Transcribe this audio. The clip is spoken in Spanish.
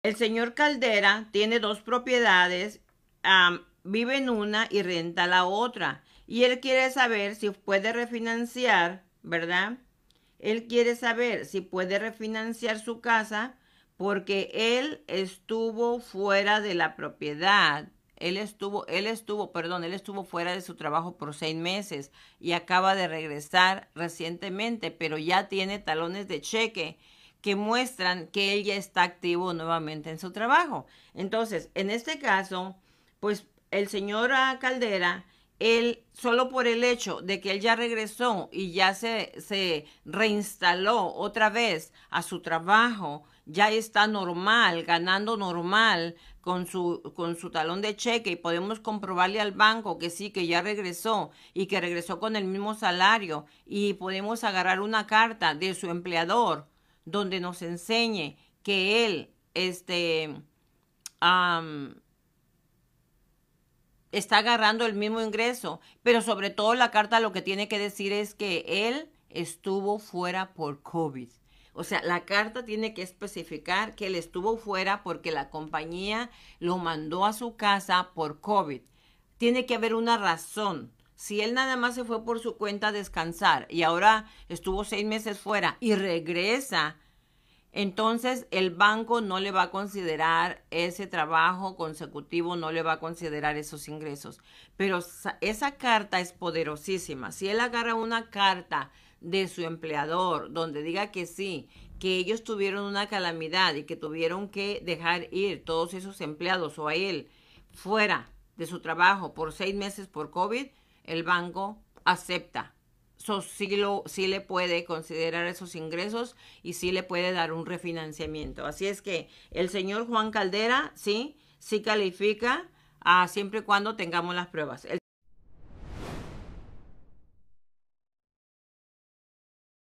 El señor Caldera tiene dos propiedades, vive en una y renta la otra. Y él quiere saber si puede refinanciar, ¿verdad? Él quiere saber si puede refinanciar su casa porque él estuvo fuera de la propiedad. Él estuvo fuera de su trabajo por 6 meses y acaba de regresar recientemente, pero ya tiene talones de cheque que muestran que él ya está activo nuevamente en su trabajo. Entonces, en este caso, pues el señor Caldera, él, solo por el hecho de que él ya regresó y ya se reinstaló otra vez a su trabajo, ya está normal, ganando normal con su talón de cheque y podemos comprobarle al banco que sí, que ya regresó y que regresó con el mismo salario y podemos agarrar una carta de su empleador donde nos enseñe que él um, está agarrando el mismo ingreso, pero sobre todo la carta lo que tiene que decir es que él estuvo fuera por COVID. O sea, la carta tiene que especificar que él estuvo fuera porque la compañía lo mandó a su casa por COVID. Tiene que haber una razón. Si él nada más se fue por su cuenta a descansar y ahora estuvo 6 meses fuera y regresa, entonces el banco no le va a considerar ese trabajo consecutivo, no le va a considerar esos ingresos. Pero esa carta es poderosísima. Si él agarra una carta de su empleador donde diga que sí, que ellos tuvieron una calamidad y que tuvieron que dejar ir todos esos empleados o a él fuera de su trabajo por 6 meses por COVID, el banco acepta. Sí le puede considerar esos ingresos y sí le puede dar un refinanciamiento. Así es que el señor Juan Caldera, sí, sí califica, siempre y cuando tengamos las pruebas.